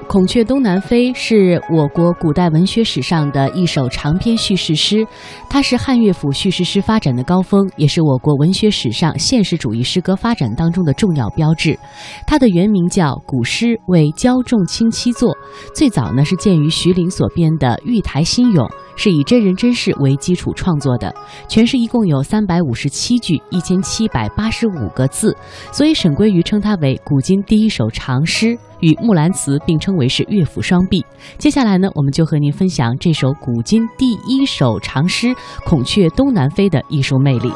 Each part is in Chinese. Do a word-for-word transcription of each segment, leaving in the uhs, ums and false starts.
孔雀东南飞》是我国古代文学史上的一首长篇叙事诗，它是汉乐府叙事诗发展的高峰，也是我国文学史上现实主义诗歌发展当中的重要标志。它的原名叫《古诗为焦仲卿七作》，最早呢是见于徐陵所编的《玉台新咏》，是以真人真事为基础创作的，全诗一共有三百五十七句，一千七百八十五个字，所以沈归愚称它为古今第一首长诗，与《木兰辞》并称为是乐府双璧。接下来呢，我们就和您分享这首古今第一首长诗《孔雀东南飞》的艺术魅力。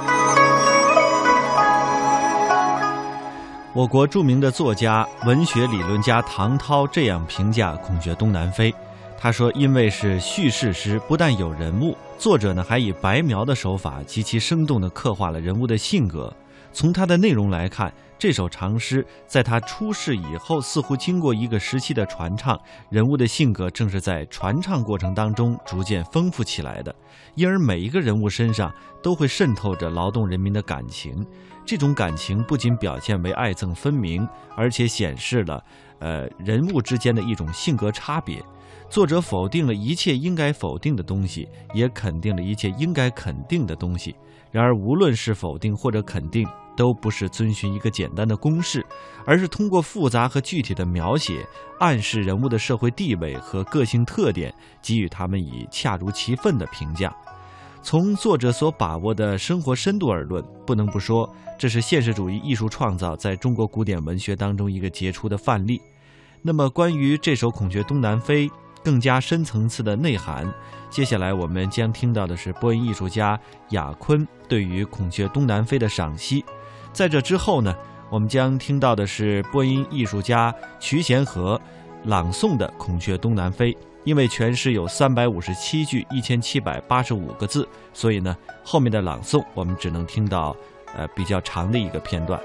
我国著名的作家、文学理论家唐涛这样评价《孔雀东南飞》，他说，因为是叙事诗，不但有人物，作者呢还以白描的手法极其生动地刻画了人物的性格。从它的内容来看，这首长诗在它出世以后，似乎经过一个时期的传唱，人物的性格正是在传唱过程当中逐渐丰富起来的，因而每一个人物身上都会渗透着劳动人民的感情。这种感情不仅表现为爱憎分明，而且显示了呃人物之间的一种性格差别。作者否定了一切应该否定的东西，也肯定了一切应该肯定的东西。然而无论是否定或者肯定，都不是遵循一个简单的公式，而是通过复杂和具体的描写，暗示人物的社会地位和个性特点，给予他们以恰如其分的评价。从作者所把握的生活深度而论，不能不说这是现实主义艺术创造在中国古典文学当中一个杰出的范例。那么关于这首《孔雀东南飞》更加深层次的内涵，接下来我们将听到的是播音艺术家雅坤对于《孔雀东南飞》的赏析。在这之后呢，我们将听到的是播音艺术家瞿贤和朗诵的《孔雀东南飞》。因为全诗有三百五十七句，一千七百八十五个字，所以呢，后面的朗诵我们只能听到呃比较长的一个片段。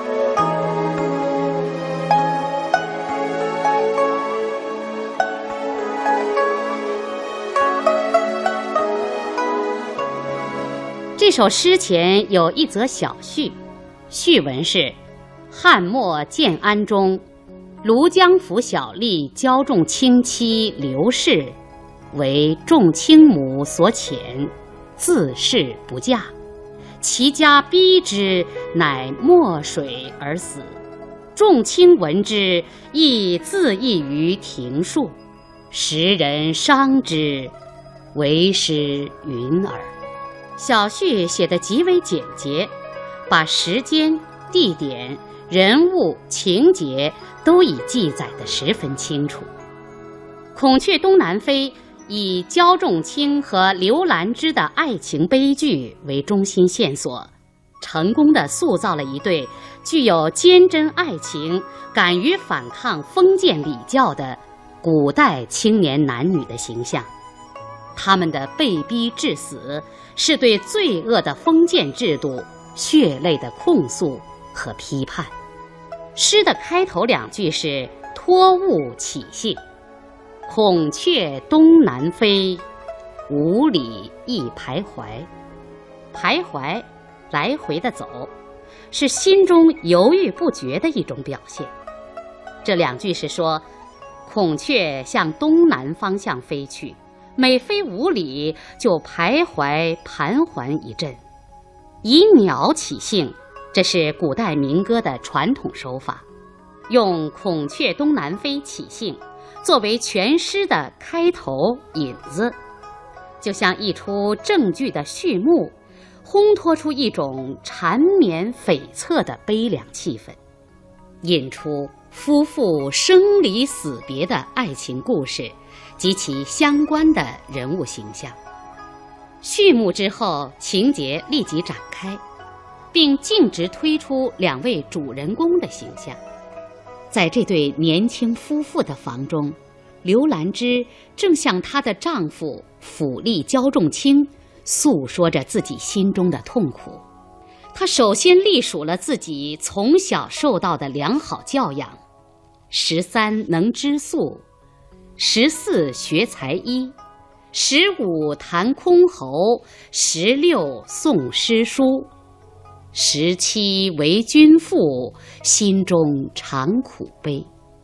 这首诗前有一则小序，序文是：汉末建安中，庐江府小吏焦仲卿妻刘氏，为仲卿母所遣，自仕不嫁，其家逼之，乃没水而死。仲卿闻之，亦自缢于庭树，时人伤之，为诗云耳。小序写得极为简洁，把时间、地点、人物、情节都已记载得十分清楚。孔雀东南飞以焦仲卿和刘兰芝的爱情悲剧为中心线索，成功地塑造了一对具有坚贞爱情、敢于反抗封建礼教的古代青年男女的形象。他们的被逼致死，是对罪恶的封建制度血泪的控诉和批判。诗的开头两句是托物起兴，孔雀东南飞，五里一徘徊。徘徊，来回的走，是心中犹豫不决的一种表现。这两句是说，孔雀向东南方向飞去，每飞五里就徘徊盘桓一阵。以鸟起兴，这是古代民歌的传统手法，用孔雀东南飞起兴作为全诗的开头引子，就像一出正剧的序幕，烘托出一种缠绵悱恻的悲凉气氛，引出夫妇生离死别的爱情故事及其相关的人物形象。序幕之后，情节立即展开，并径直推出两位主人公的形象。在这对年轻夫妇的房中，刘兰芝正向她的丈夫府吏焦仲卿诉说着自己心中的痛苦。她首先隶属了自己从小受到的良好教养：十三能织素，十四学才艺，十五弹箜篌，十六诵诗书，十七为君妇，心中常苦悲。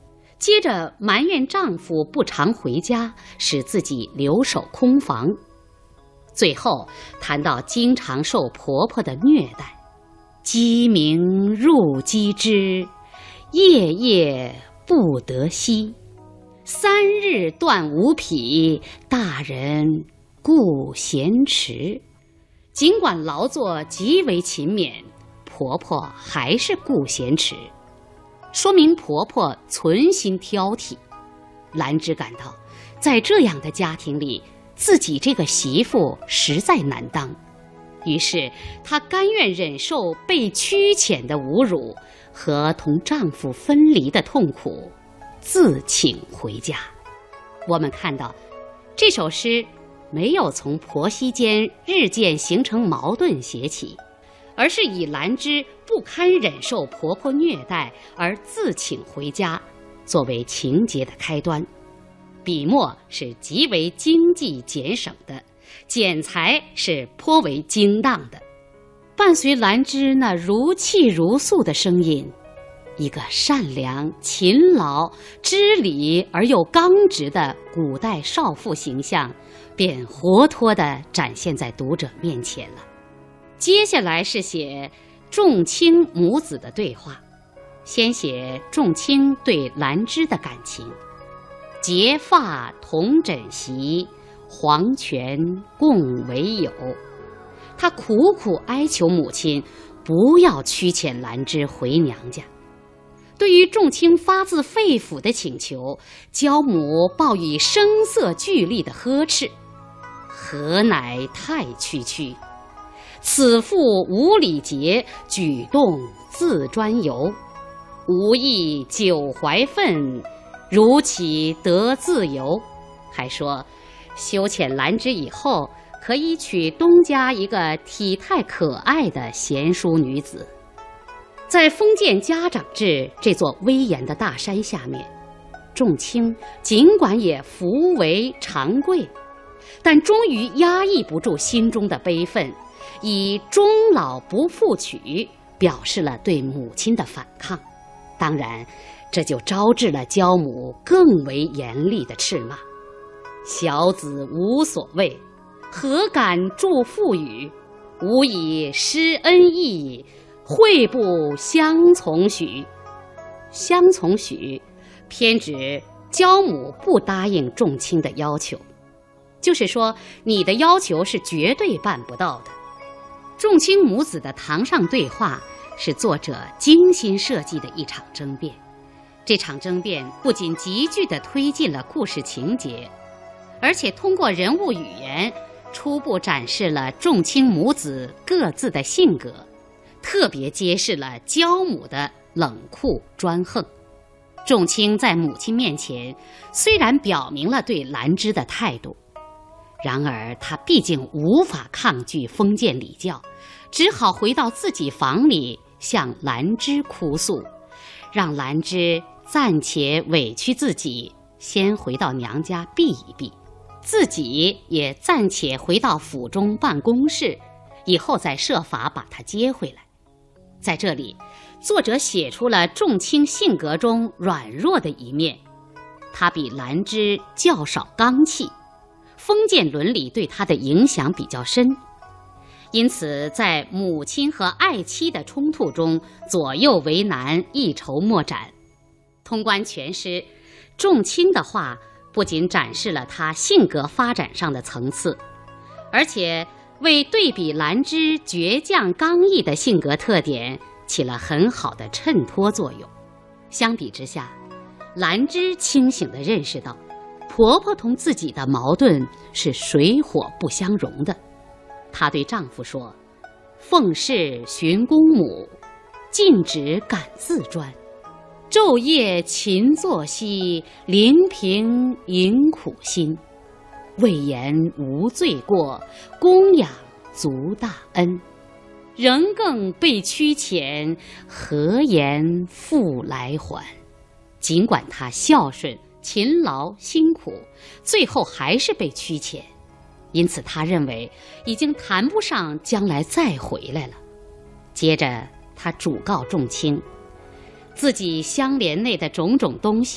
接着埋怨丈夫不常回家，使自己留守空房。最后谈到经常受婆婆的虐待，鸡鸣入鸡枝，夜夜不得息，三日断五匹，大人顾闲迟。尽管劳作极为勤勉，婆婆还是顾闲迟，说明婆婆存心挑剔。兰芝感到，在这样的家庭里，自己这个媳妇实在难当，于是她甘愿忍受被驱遣的侮辱和同丈夫分离的痛苦，自请回家。我们看到这首诗没有从婆媳间日渐形成矛盾写起，而是以兰芝不堪忍受婆婆虐待而自请回家作为情节的开端。笔墨是极为经济俭省的，剪裁是颇为精当的。伴随兰芝那如泣如诉的声音，一个善良、勤劳、知礼而又刚直的古代少妇形象便活脱地展现在读者面前了。接下来是写仲卿母子的对话，先写仲卿对兰芝的感情。结发同枕席，黄泉共为友。他苦苦哀求母亲不要驱遣兰芝回娘家。对于仲卿发自肺腑的请求，焦母报以声色俱厉的呵斥：何乃太区区，此妇无礼节，举动自专由，无意久怀愤，如岂得自由。还说休遣兰芝以后，可以娶东家一个体态可爱的贤淑女子。在封建家长制这座威严的大山下面，仲卿尽管也服为长贵，但终于压抑不住心中的悲愤，以终老不复娶表示了对母亲的反抗。当然，这就招致了焦母更为严厉的斥骂：小子无所谓，何敢助父语？吾以施恩义，会不相从许。相从许偏指焦母不答应仲卿的要求，就是说你的要求是绝对办不到的。仲卿母子的堂上对话是作者精心设计的一场争辩。这场争辩不仅急剧地推进了故事情节，而且通过人物语言初步展示了仲卿母子各自的性格，特别揭示了焦母的冷酷专横。仲卿在母亲面前虽然表明了对兰芝的态度，然而他毕竟无法抗拒封建礼教，只好回到自己房里向兰芝哭诉，让兰芝暂且委屈自己，先回到娘家避一避，自己也暂且回到府中办公室，以后再设法把她接回来。在这里，作者写出了仲卿性格中软弱的一面，他比兰芝较少刚气，封建伦理对他的影响比较深，因此在母亲和爱妻的冲突中左右为难，一筹莫展。通观全诗，仲卿的话不仅展示了他性格发展上的层次，而且为对比兰芝倔强刚毅的性格特点起了很好的衬托作用。相比之下，兰芝清醒地认识到婆婆同自己的矛盾是水火不相容的。她对丈夫说：奉事寻公母，禁止敢自专，昼夜勤作息，临平饮苦心，未言无罪过，供养足大恩，仍更被驱遣，何言复来还。尽管她孝顺、勤劳、辛苦，最后还是被驱遣，因此他认为已经谈不上将来再回来了。接着他嘱告仲卿，自己香帘内的种种东西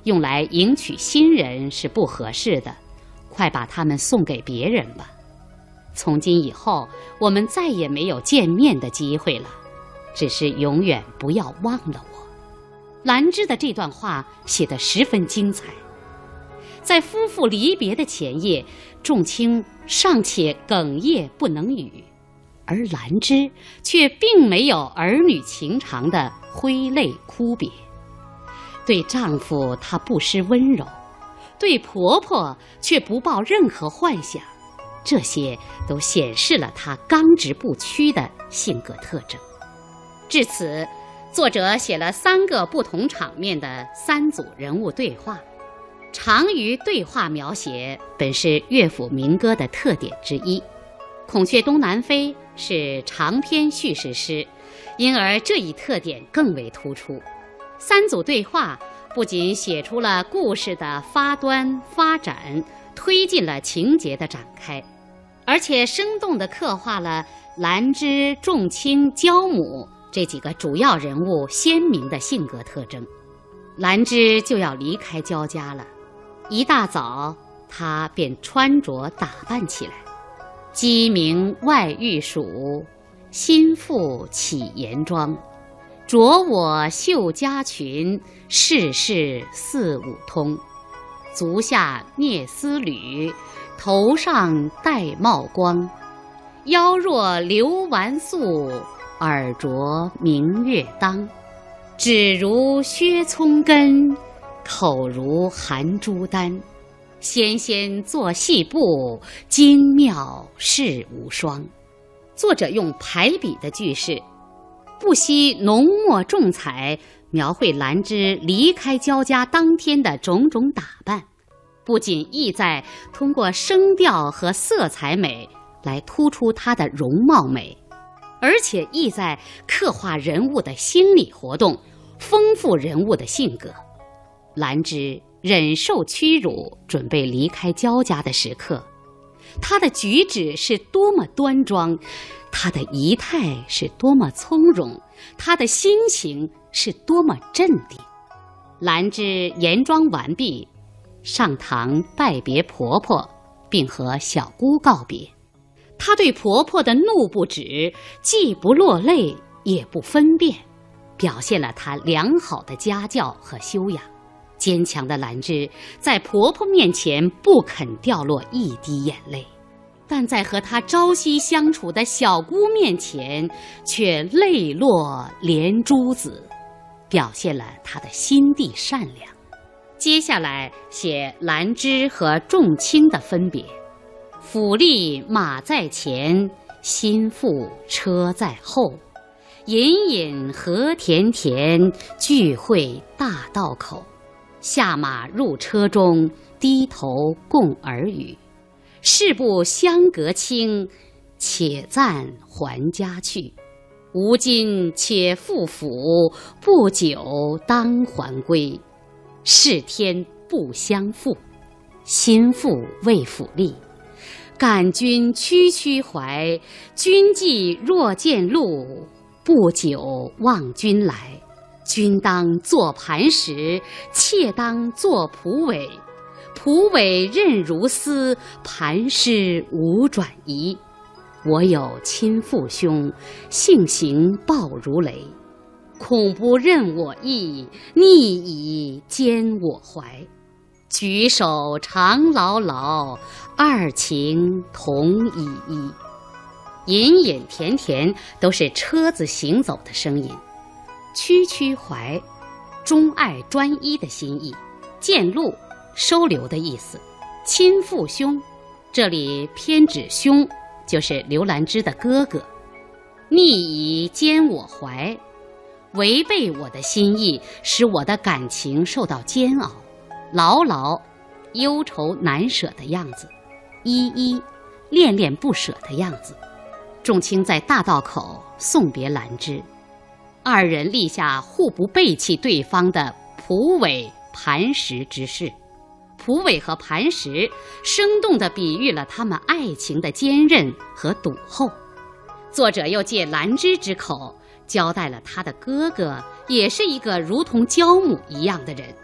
用来迎娶新人是不合适的，快把它们送给别人吧。从今以后，我们再也没有见面的机会了，只是永远不要忘了我。兰芝的这段话写得十分精彩。在夫妇离别的前夜，仲卿尚且哽咽不能语，而兰芝却并没有儿女情长的挥泪哭别。对丈夫她不失温柔，对婆婆却不抱任何幻想，这些都显示了她刚直不屈的性格特征。至此，作者写了三个不同场面的三组人物对话。长于对话描写本是乐府民歌的特点之一，孔雀东南飞是长篇叙事诗，因而这一特点更为突出。三组对话不仅写出了故事的发端发展，推进了情节的展开，而且生动地刻画了兰芝、仲卿、焦母这几个主要人物鲜明的性格特征。兰芝就要离开焦家了，一大早她便穿着打扮起来，鸡鸣外玉鼠，心腹起严妆，着我绣家裙，事事四五通，足下蹑丝履，头上戴帽光，腰若流纨素，耳着明月当，指如薛葱根，口如含珠丹，纤纤作细步，精妙世无双。作者用排比的句式，不惜浓墨重彩，描绘兰芝离开焦家当天的种种打扮，不仅意在通过声调和色彩美来突出她的容貌美，而且意在刻画人物的心理活动，丰富人物的性格。兰芝忍受屈辱，准备离开焦家的时刻，她的举止是多么端庄，她的仪态是多么从容，她的心情是多么镇定。兰芝严妆完毕，上堂拜别婆婆，并和小姑告别。她对婆婆的怒不止，既不落泪也不分辨，表现了她良好的家教和修养。坚强的兰芝在婆婆面前不肯掉落一滴眼泪，但在和她朝夕相处的小姑面前却泪落连珠子，表现了她的心地善良。接下来写兰芝和仲卿的分别。府吏马在前，心腹车在后，隐隐和田田，聚会大道口。下马入车中，低头共耳语。事不相隔清，且暂还家去。吾今且赴府，不久当还归。是天不相负，心腹为府吏。感君区区怀，君既若见路，不久望君来。君当作磐石，妾当作蒲苇。蒲苇韧如丝，磐石无转移。我有亲父兄，性行暴如雷。恐不任我意，逆以兼我怀。举手常牢牢，二情同依依。隐隐甜甜都是车子行走的声音。区区怀，钟爱专一的心意。见路，收留的意思。亲父兄，这里偏指兄，就是刘兰芝的哥哥。逆以兼我怀，违背我的心意，使我的感情受到煎熬。牢牢，忧愁难舍的样子。依依，恋恋不舍的样子。仲卿在大道口送别兰芝，二人立下互不背弃对方的蒲苇磐石之誓。蒲苇和磐石生动地比喻了他们爱情的坚韧和笃厚。作者又借兰芝之口交代了他的哥哥也是一个如同焦母一样的人。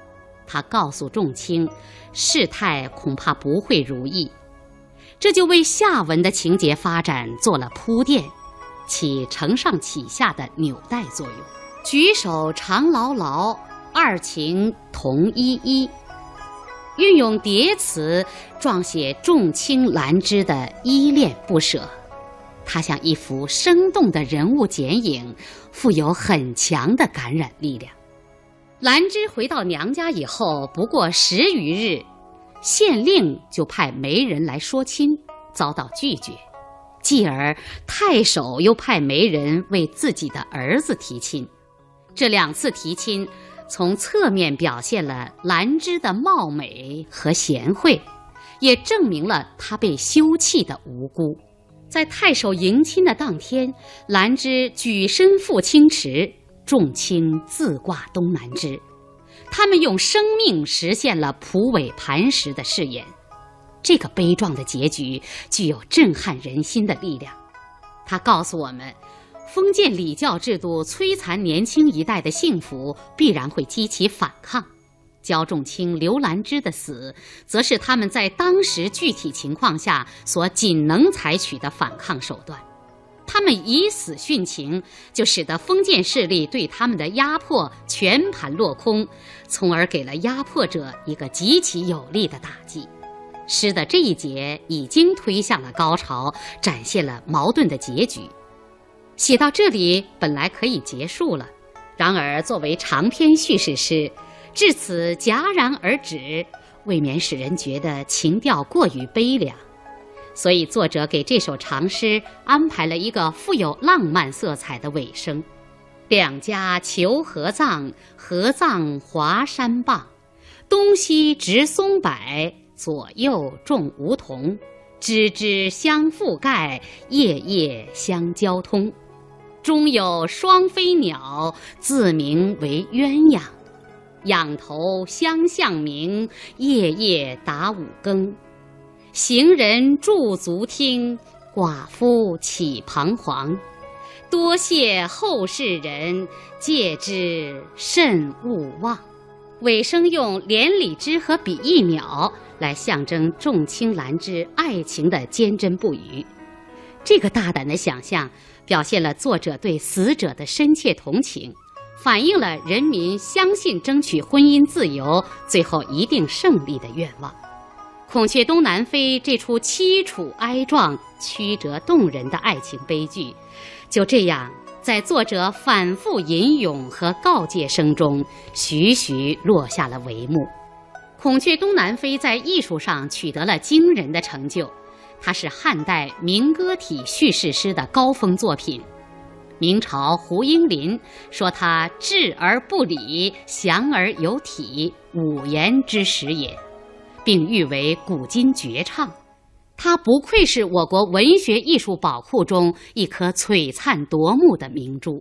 他告诉众卿，事态恐怕不会如意，这就为下文的情节发展做了铺垫，起承上启下的纽带作用。举手长牢牢，二情同依依，运用叠词状写众卿兰芝的依恋不舍。它像一幅生动的人物剪影，富有很强的感染力量。兰芝回到娘家以后，不过十余日，县令就派媒人来说亲，遭到拒绝。继而太守又派媒人为自己的儿子提亲。这两次提亲从侧面表现了兰芝的貌美和贤惠，也证明了她被休弃的无辜。在太守迎亲的当天，兰芝举身赴清池，众卿自挂东南枝。他们用生命实现了蒲苇磐石的誓言。这个悲壮的结局具有震撼人心的力量。它告诉我们，封建礼教制度摧残年轻一代的幸福，必然会激起反抗。焦仲卿、刘兰芝的死，则是他们在当时具体情况下所仅能采取的反抗手段。他们以死殉情，就使得封建势力对他们的压迫全盘落空，从而给了压迫者一个极其有力的打击。诗的这一节已经推向了高潮，展现了矛盾的结局。写到这里本来可以结束了，然而作为长篇叙事诗，至此戛然而止，未免使人觉得情调过于悲凉。所以作者给这首长诗安排了一个富有浪漫色彩的尾声：两家求合葬，合葬华山傍，东西植松柏，左右种梧桐，枝枝相覆盖，叶叶相交通。中有双飞鸟，自名为鸳鸯，仰头相向鸣，夜夜打五更。行人驻足听，寡妇起彷徨。多谢后世人，戒之慎勿忘。尾声用连理枝和比翼鸟来象征众卿兰芝爱情的坚贞不渝。这个大胆的想象表现了作者对死者的深切同情，反映了人民相信争取婚姻自由最后一定胜利的愿望。孔雀东南飞这出凄楚哀壮、曲折动人的爱情悲剧，就这样在作者反复吟咏和告诫声中，徐徐落下了帷幕。孔雀东南飞在艺术上取得了惊人的成就，它是汉代民歌体叙事诗的高峰作品。明朝胡应麟说它质而不理，详而有体，五言之始也，并誉为古今绝唱。它不愧是我国文学艺术宝库中一颗璀璨夺目的明珠。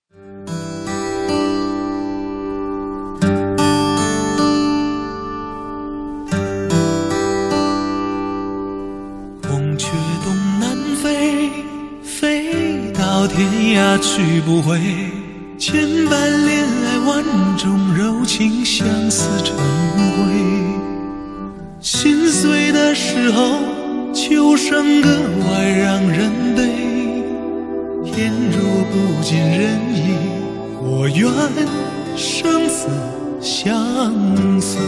孔雀东南飞，飞到天涯去不回，千般恋爱万种柔情，相思成灰。心碎的时候，秋声格外让人悲。天若不尽人意，我愿生死相随。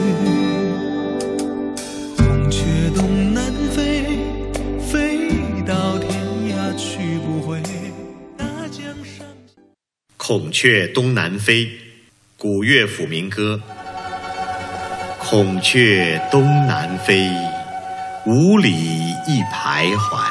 孔雀东南飞，飞到天涯去不回。大江上， 孔雀东南飞，古乐府民歌。孔雀东南飞，五里一徘徊。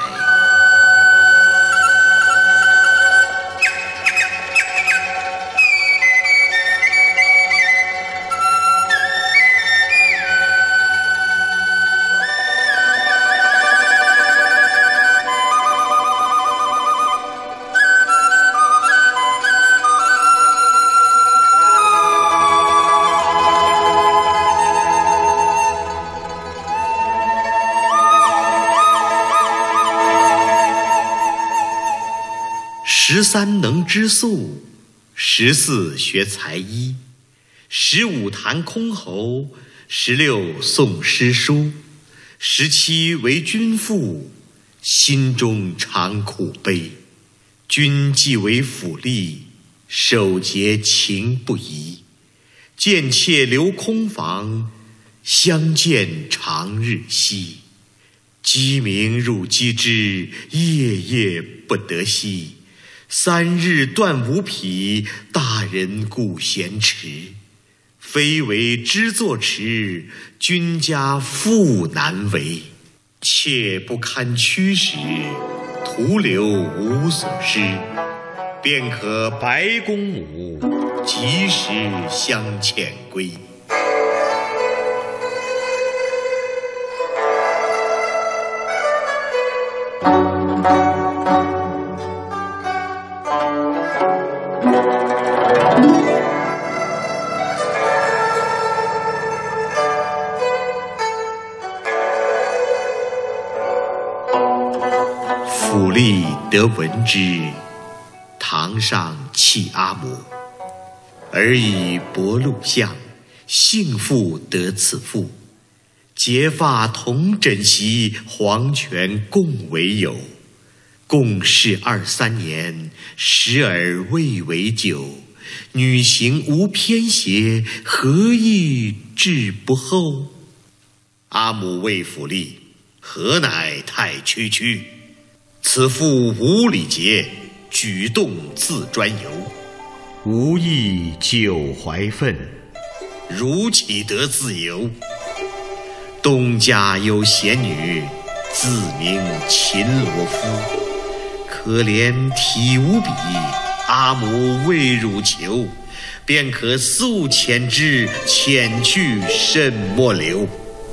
十三能织素，十四学才艺， 十五弹箜篌，十六诵诗书，十七为君妇，心中常苦悲。君既为府吏，守节情不移。见妾留空房，相见长日夕。鸡鸣入鸡枝，夜夜不得息。三日断无匹，大人故闲迟。非为知作迟，君家妇难为。妾不堪驱使，徒留无所施。便可白公母，及时相遣归。府吏得闻之，堂上泣阿母。儿以薄禄相，幸妇得此妇。结发同枕席，黄泉共为友。共事二三年，时而未为久。女行无偏邪，何以至不厚？阿母谓府吏：何乃太区区？此妇无礼节，举动自专游，无意久怀愤，如岂得自由？东家有贤女，自名秦罗夫。可怜体无比，阿母为汝求，便可速遣之，遣去甚莫留。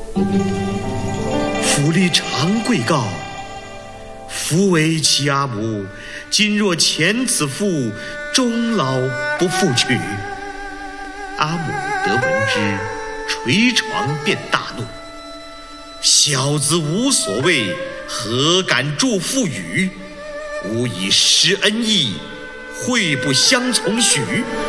府吏常跪告：夫为其阿母，今若遣此妇，终老不复娶。阿母得闻之，捶床便大怒：小子无所谓，何敢助妇语？吾以施恩义，会不相从许？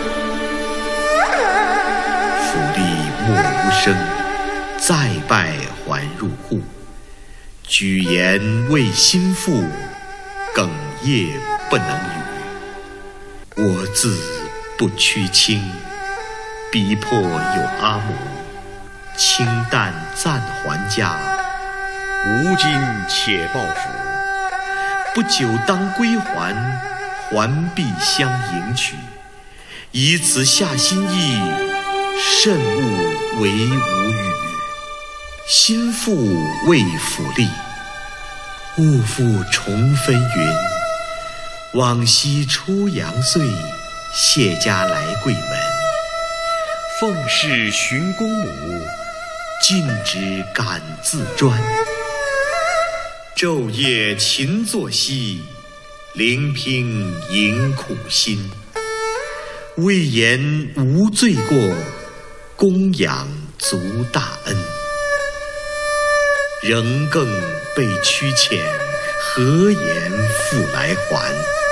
府吏默无声，再拜还入户。举言为心腹，哽咽不能语。我自不屈亲，逼迫有阿母，清淡暂还家。吾今且报府，不久当归还，还必相迎娶。以此下心意，慎勿为无语。心腹谓府吏：勿复重分云。往昔初阳岁，谢家来贵门，奉侍寻公母，尽职敢自专。昼夜勤作息，聆听迎苦心。未言无罪过，供养足大恩。仍更被驱遣，何言复来还？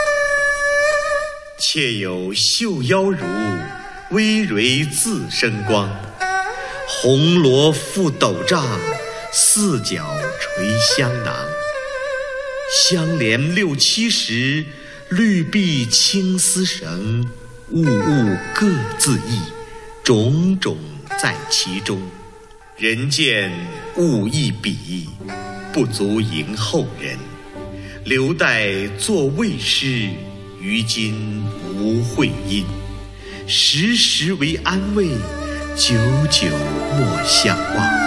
妾有绣腰襦，微蕊自生光。红罗覆斗帐，四角垂香囊。香帘六七时，绿壁青丝绳。物物各自异，种种在其中。人见物一比，不足迎后人。留待作魏诗，于今无会音。时时为安慰，久久莫相忘。